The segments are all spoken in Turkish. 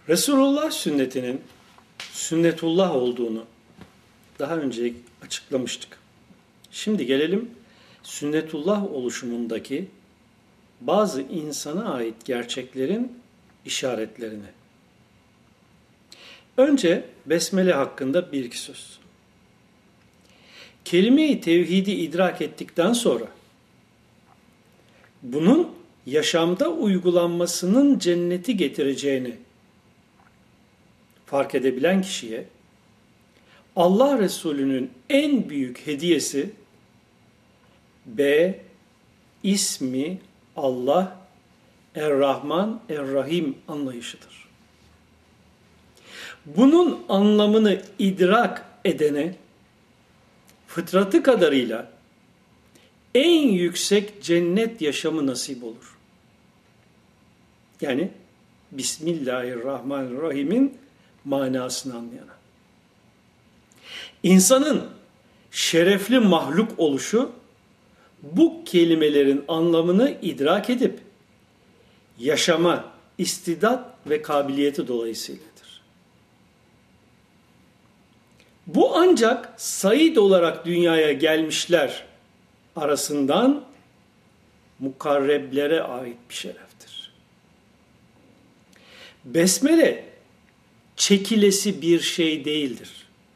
Resulullah sünnetinin sünnetullah olduğunu daha önce açıklamıştık. Şimdi gelelim sünnetullah oluşumundaki bazı insana ait gerçeklerin işaretlerine. Önce besmele hakkında bir iki söz. Kelime-i tevhidi idrak ettikten sonra bunun yaşamda uygulanmasının cenneti getireceğini fark edebilen kişiye Allah Resulü'nün en büyük hediyesi ismi Allah Er-Rahman Er-Rahim anlayışıdır. Bunun anlamını idrak edene fıtratı kadarıyla en yüksek cennet yaşamı nasip olur. Yani Bismillahirrahmanirrahim'in manasını anlayana. İnsanın şerefli mahluk oluşu bu kelimelerin anlamını idrak edip yaşama, istidat ve kabiliyeti dolayısıyladır. Bu ancak Said olarak dünyaya gelmişler arasından mukarreblere ait bir şereftir. Besmele çekilesi bir şey değildir.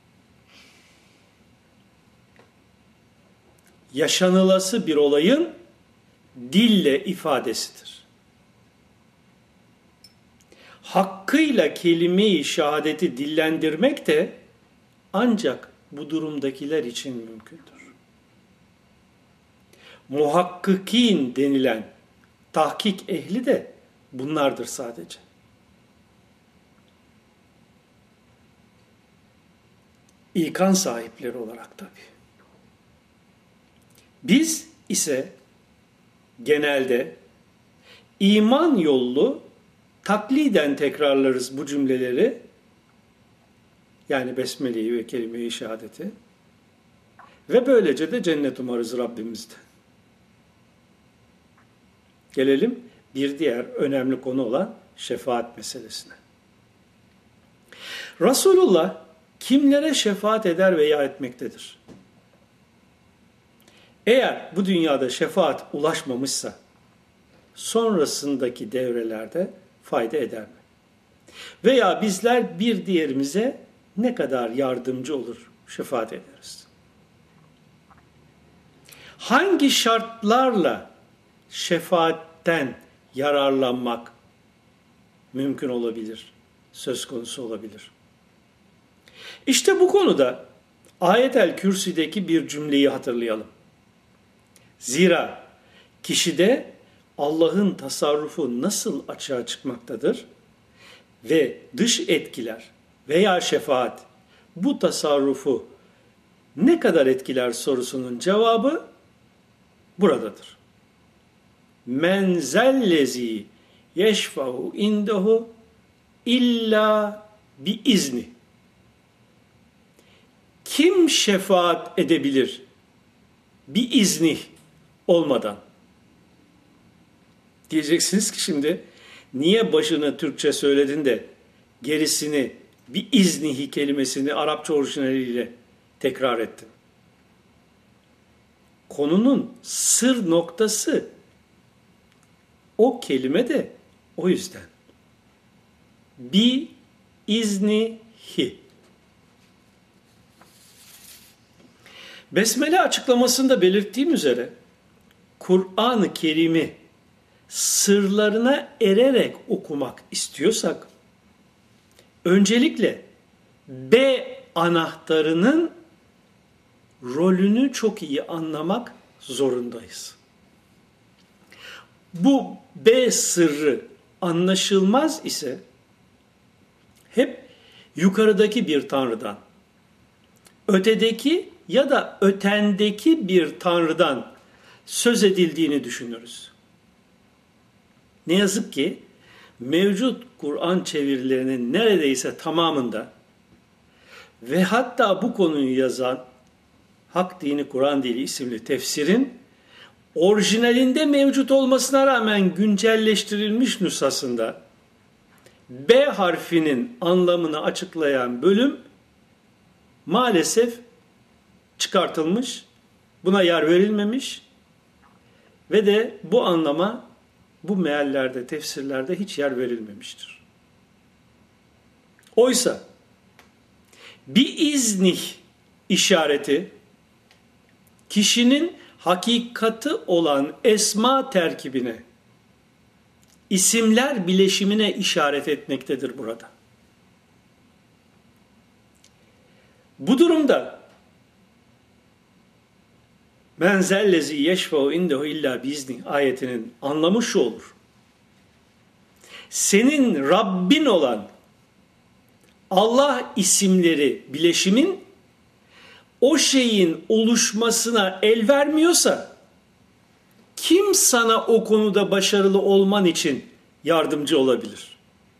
Yaşanılası bir olayın dille ifadesidir. Hakkıyla kelime-i şehadeti dillendirmek de ancak bu durumdakiler için mümkündür. Muhakkikin denilen tahkik ehli de bunlardır sadece. İlkan sahipleri olarak tabii. Biz ise genelde iman yollu takliden tekrarlarız bu cümleleri, yani besmeleyi ve kelime-i şehadeti ve böylece de cennet umarız Rabbimizden. Gelelim bir diğer önemli konu olan şefaat meselesine. Resulullah kimlere şefaat eder veya etmektedir? Eğer bu dünyada şefaat ulaşmamışsa sonrasındaki devrelerde fayda eder mi? Veya bizler bir diğerimize ne kadar yardımcı olur, şefaat ederiz? Hangi şartlarla şefaatten yararlanmak mümkün olabilir, söz konusu olabilir? İşte bu konuda Ayet-el Kürsi'deki bir cümleyi hatırlayalım. Zira kişide Allah'ın tasarrufu nasıl açığa çıkmaktadır ve dış etkiler veya şefaat bu tasarrufu ne kadar etkiler sorusunun cevabı buradadır. Men zellezi yeşfa'u indehu illa bi izni. Kim şefaat edebilir bir izni olmadan? Diyeceksiniz ki şimdi niye başını Türkçe söyledin de gerisini bir iznihi kelimesini Arapça orijinaliyle tekrar ettin? Konunun sır noktası o kelime de o yüzden. Bi iznihi. Besmele açıklamasında belirttiğim üzere Kur'an-ı Kerim'i sırlarına ererek okumak istiyorsak öncelikle B anahtarının rolünü çok iyi anlamak zorundayız. Bu B sırrı anlaşılmaz ise hep yukarıdaki bir tanrıdan, ötedeki ya da ötendeki bir tanrıdan söz edildiğini düşünürüz. Ne yazık ki mevcut Kur'an çevirilerinin neredeyse tamamında ve hatta bu konuyu yazan Hak Dini Kur'an Dili isimli tefsirin orijinalinde mevcut olmasına rağmen güncelleştirilmiş nüshasında B harfinin anlamını açıklayan bölüm maalesef çıkartılmış, buna yer verilmemiş ve de bu anlama bu meallerde, tefsirlerde hiç yer verilmemiştir. Oysa biiznih işareti kişinin hakikati olan esma terkibine, isimler bileşimine işaret etmektedir burada. Bu durumda men zellezi yeşfe'u indehu illa biiznih ayetinin anlamı şu olur. Senin Rabbin olan Allah isimleri bileşimin o şeyin oluşmasına el vermiyorsa kim sana o konuda başarılı olman için yardımcı olabilir?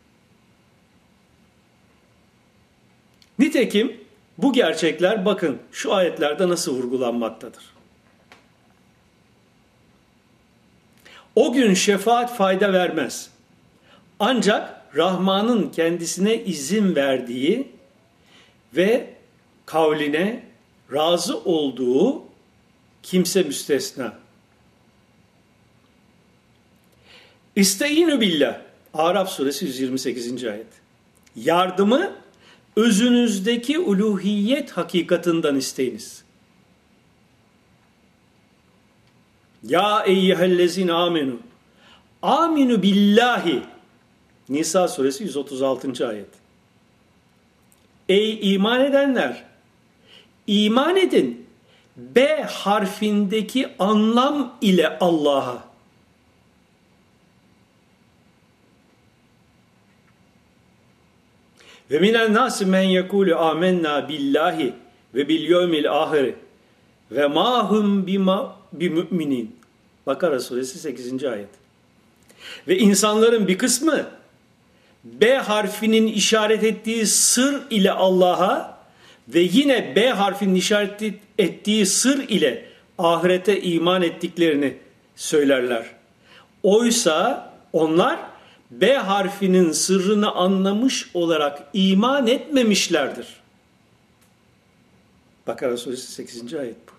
Nitekim bu gerçekler bakın şu ayetlerde nasıl vurgulanmaktadır. O gün şefaat fayda vermez. Ancak Rahman'ın kendisine izin verdiği ve kavline razı olduğu kimse müstesna. İsteînü billah. Araf suresi 128. ayet. Yardımı özünüzdeki uluhiyet hakikatından isteyiniz. Ya eyyühellezine amenu. Aminu billahi. Nisa suresi 136. ayet. Ey iman edenler! İman edin. B harfindeki anlam ile Allah'a. Ve minen nasi men yekulu amennâ billahi ve bil yevmil ahire ve ma hum bimü'minin. Bakara suresi 8. ayet. Ve insanların bir kısmı B harfinin işaret ettiği sır ile Allah'a ve yine B harfinin işaret ettiği sır ile ahirete iman ettiklerini söylerler. Oysa onlar B harfinin sırrını anlamış olarak iman etmemişlerdir. Bakara suresi 8. ayet bu.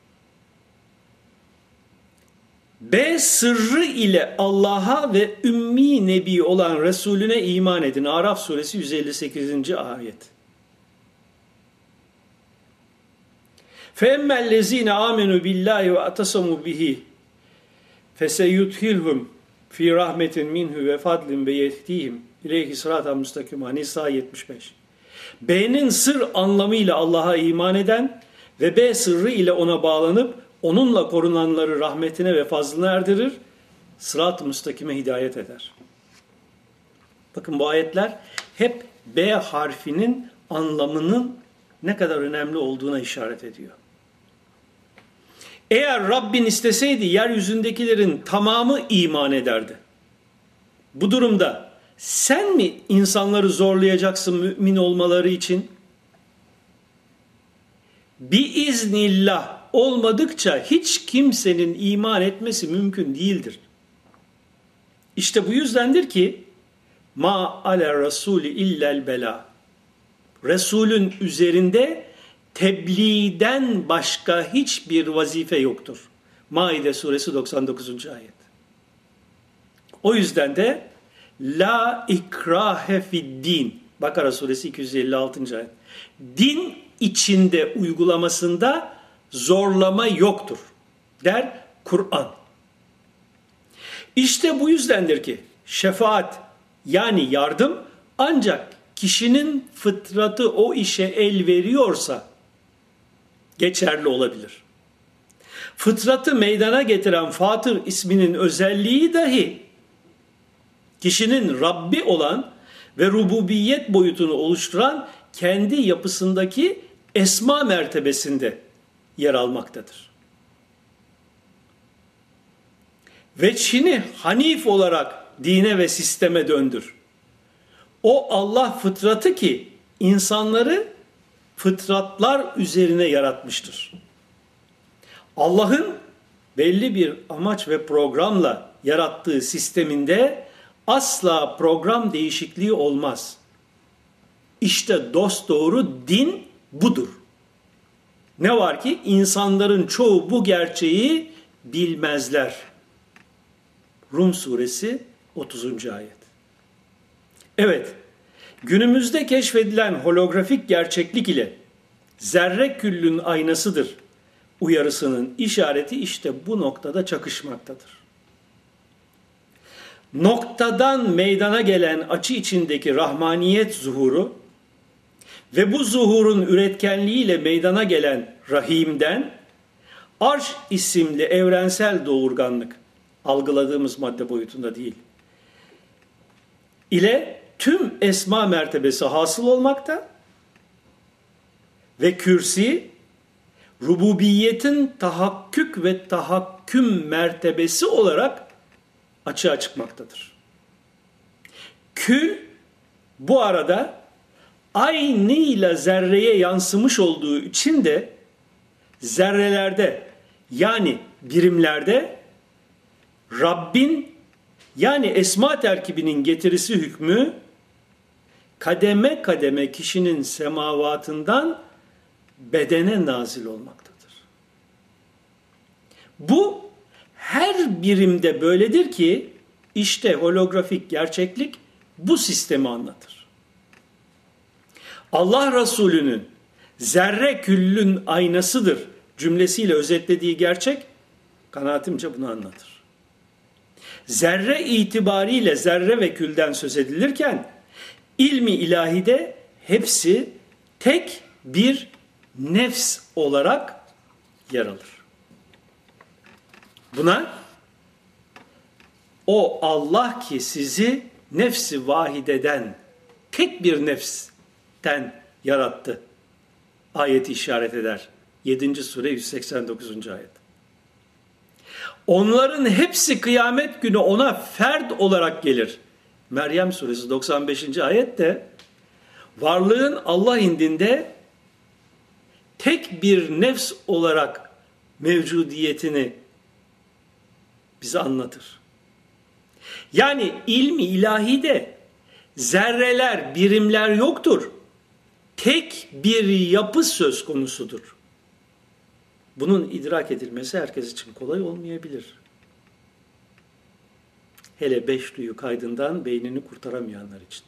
B sırrı ile Allah'a ve ümmi nebi olan Resulüne iman edin. Araf suresi 158. ayet. فَاَمَّا الَّذ۪ينَ آمَنُوا بِاللّٰهِ وَاَتَصَمُوا بِهِ فَسَيُدْخِلْهُمْ فِي رَحْمَةٍ مِنْهُ وَفَضْلٍ وَيَهْدِيهِمْ اِلَيْهِ صِرَاطًا مُسْتَقِيمًا. Nisa 75. B'nin sır anlamıyla Allah'a iman eden ve B sırrı ile ona bağlanıp onunla korunanları rahmetine ve fazlına erdirir, sırat-ı müstakime hidayet eder. Bakın bu ayetler hep B harfinin anlamının ne kadar önemli olduğuna işaret ediyor. Eğer Rabbin isteseydi yeryüzündekilerin tamamı iman ederdi. Bu durumda sen mi insanları zorlayacaksın mümin olmaları için? Biiznillah olmadıkça hiç kimsenin iman etmesi mümkün değildir. İşte bu yüzdendir ki ma ale rasuli illel bela. Resulün üzerinde tebliğden başka hiçbir vazife yoktur. Maide suresi 99. ayet. O yüzden de la ikrahe fid din. Bakara suresi 256. ayet. Din içinde uygulamasında zorlama yoktur der Kur'an. İşte bu yüzdendir ki şefaat yani yardım ancak kişinin fıtratı o işe el veriyorsa geçerli olabilir. Fıtratı meydana getiren Fatır isminin özelliği dahi kişinin Rabbi olan ve rububiyet boyutunu oluşturan kendi yapısındaki esma mertebesinde yer almaktadır. Veçhini hanif olarak dine ve sisteme döndür. O Allah fıtratı ki insanları fıtratlar üzerine yaratmıştır. Allah'ın belli bir amaç ve programla yarattığı sisteminde asla program değişikliği olmaz. İşte dosdoğru din budur. Ne var ki insanların çoğu bu gerçeği bilmezler. Rum suresi 30. ayet. Evet, günümüzde keşfedilen holografik gerçeklik ile zerre küllün aynasıdır uyarısının işareti işte bu noktada çakışmaktadır. Noktadan meydana gelen açı içindeki rahmaniyet zuhuru ve bu zuhurun üretkenliğiyle meydana gelen rahimden arş isimli evrensel doğurganlık, algıladığımız madde boyutunda değil, ile tüm esma mertebesi hasıl olmakta ve kürsi, rububiyetin tahakkük ve tahakküm mertebesi olarak açığa çıkmaktadır. Kül bu arada aynıyla zerreye yansımış olduğu için de zerrelerde yani birimlerde Rabbin yani esma terkibinin getirisi hükmü kademe kademe kişinin semavatından bedene nazil olmaktadır. Bu her birimde böyledir ki işte holografik gerçeklik bu sistemi anlatır. Allah Resulü'nün zerre küllün aynasıdır cümlesiyle özetlediği gerçek kanaatimce bunu anlatır. Zerre itibariyle zerre ve külden söz edilirken ilmi ilahide hepsi tek bir nefs olarak yer alır. Buna o Allah ki sizi nefsi vahideden, tek bir nefsten yarattı ayeti işaret eder. 7. sure 189. ayet. Onların hepsi kıyamet günü ona fert olarak gelir. Meryem suresi 95. ayette varlığın Allah indinde tek bir nefs olarak mevcudiyetini bize anlatır. Yani ilmi ilahide zerreler, birimler yoktur. Tek bir yapı söz konusudur. Bunun idrak edilmesi herkes için kolay olmayabilir. Hele 5 duyu kaydından beynini kurtaramayanlar için.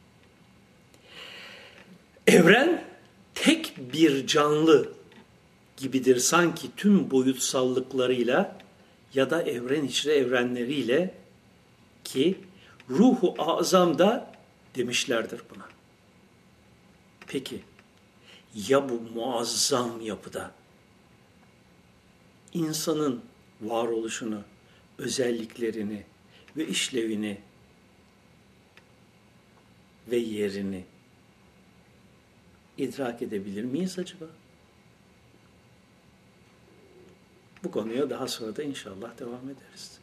Evren tek bir canlı gibidir sanki tüm boyutsallıklarıyla ya da evren içre evrenleriyle ki ruhu azam da demişlerdir buna. Peki ya bu muazzam yapıda insanın varoluşunu, özelliklerini ve işlevini ve yerini idrak edebilir miyiz acaba? Bu konuya daha sonra da inşallah devam ederiz.